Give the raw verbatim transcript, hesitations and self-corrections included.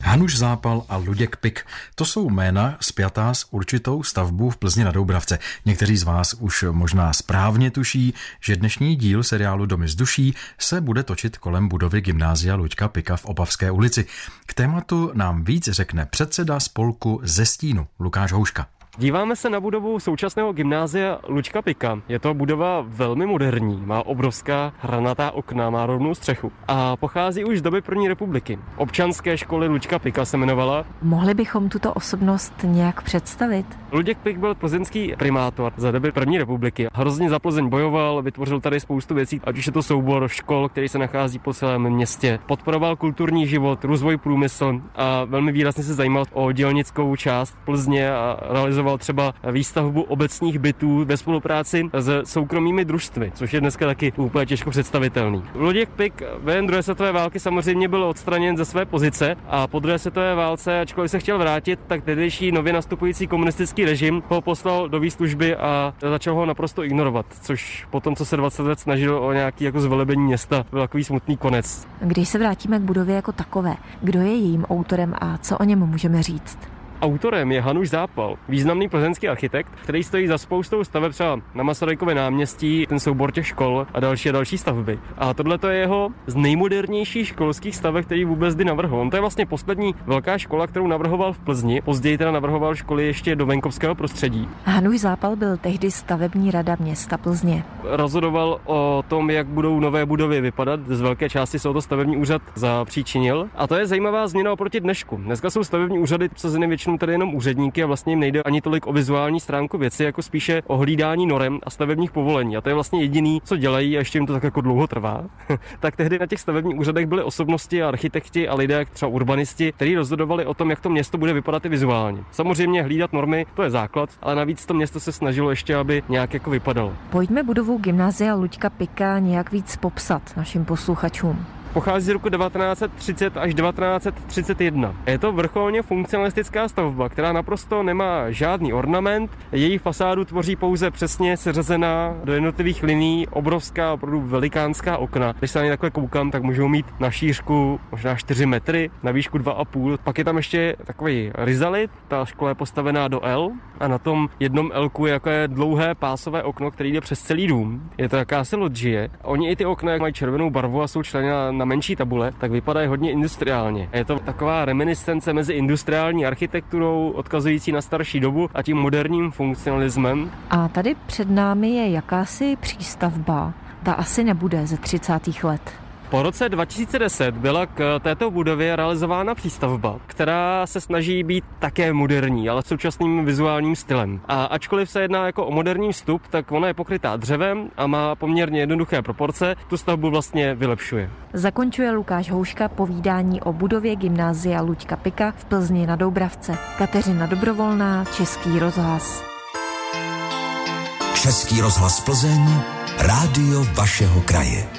Hanuš Zápal a Luděk Pik. To jsou jména spjatá s určitou stavbou v Plzni na Doubravce. Někteří z vás už možná správně tuší, že dnešní díl seriálu Domy z duší se bude točit kolem budovy Gymnázia Luďka Pika v Opavské ulici. K tématu nám víc řekne předseda spolku Ze stínu Lukáš Houška. Díváme se na budovu současného gymnázia Luďka Pika. Je to budova velmi moderní, má obrovská hranatá okna, má rovnou střechu a pochází už z doby první republiky. Občanské školy Luďka Pika se jmenovala. Mohli bychom tuto osobnost nějak představit? Luděk Pik byl plzeňský primátor za doby první republiky. Hrozně za Plzeň bojoval, vytvořil tady spoustu věcí, ať už je to soubor škol, který se nachází po celém městě. Podporoval kulturní život, rozvoj průmysl a velmi výrazně se zajímal o dělnickou část Plzně a realizoval třeba výstavbu obecních bytů ve spolupráci s soukromými družstvy, což je dneska taky úplně těžko představitelný. Luděk Pik během druhé světové války samozřejmě byl odstraněn ze své pozice a po druhé světové válce, ačkoliv se chtěl vrátit, tak tehdejší nově nastupující komunistický režim ho poslal do výslužby a začal ho naprosto ignorovat, což potom, co se dvacet let snažil o nějaký jako zvelebení města, byl takový smutný konec. Když se vrátíme k budově jako takové, kdo je jejím autorem a co o něm můžeme říct? Autorem je Hanuš Zápal, významný plzeňský architekt, který stojí za spoustou staveb třeba na Masarykově náměstí, ten soubor těch škol a další a další stavby. A tohle to je jeho z nejmodernějších školských staveb, který vůbec kdy navrhl. On to je vlastně poslední velká škola, kterou navrhoval v Plzni, později teda navrhoval školy ještě do venkovského prostředí. Hanuš Zápal byl tehdy stavební rada města Plzně. Rozhodoval o tom, jak budou nové budovy vypadat, z velké části se o to stavební úřad zapříčinil. A to je zajímavá změna oproti dnešku. Dneska jsou stavební úřady obsazeny většinou tady jenom úředníky a vlastně jim nejde ani tolik o vizuální stránku věci, jako spíše o hlídání norem a stavebních povolení. A to je vlastně jediný, co dělají, a ještě jim to tak jako dlouho trvá. Tak tehdy na těch stavebních úřadech byly osobnosti a architekti a lidé, třeba urbanisti, kteří rozhodovali o tom, jak to město bude vypadat i vizuálně. Samozřejmě hlídat normy, to je základ, ale navíc to město se snažilo ještě, aby nějak jako vypadalo. Pojďme budovu Gymnázia Luďka Pika nějak víc popsat našim posluchačům. Pochází z roku devatenáct set třicet až devatenáct set třicet jedna. Je to vrcholně funkcionalistická stavba, která naprosto nemá žádný ornament. Její fasádu tvoří pouze přesně seřazená do jednotlivých linií obrovská, opravdu velikánská okna. Když se na ně takhle koukám, tak můžou mít na šířku možná čtyři metry, na výšku dva a půl. Pak je tam ještě takový rizalit, ta škola je postavená do L a na tom jednom Lku je jako je dlouhé pásové okno, který jde přes celý dům. Je to jakási lodžie. Oni i ty okna mají červenou barvu a jsou členěna na menší tabule, tak vypadají hodně industriálně. Je to taková reminiscence mezi industriální architekturou, odkazující na starší dobu, a tím moderním funkcionalismem. A tady před námi je jakási přístavba. Ta asi nebude ze třicátých let. Po roce dva tisíce deset byla k této budově realizována přístavba, která se snaží být také moderní, ale současným vizuálním stylem. A ačkoliv se jedná jako o moderní vstup, tak ona je pokrytá dřevem a má poměrně jednoduché proporce, tu stavbu vlastně vylepšuje. Zakončuje Lukáš Houška povídání o budově Gymnázia Luďka Pika v Plzni na Doubravce. Kateřina Dobrovolná, Český rozhlas. Český rozhlas Plzeň, rádio vašeho kraje.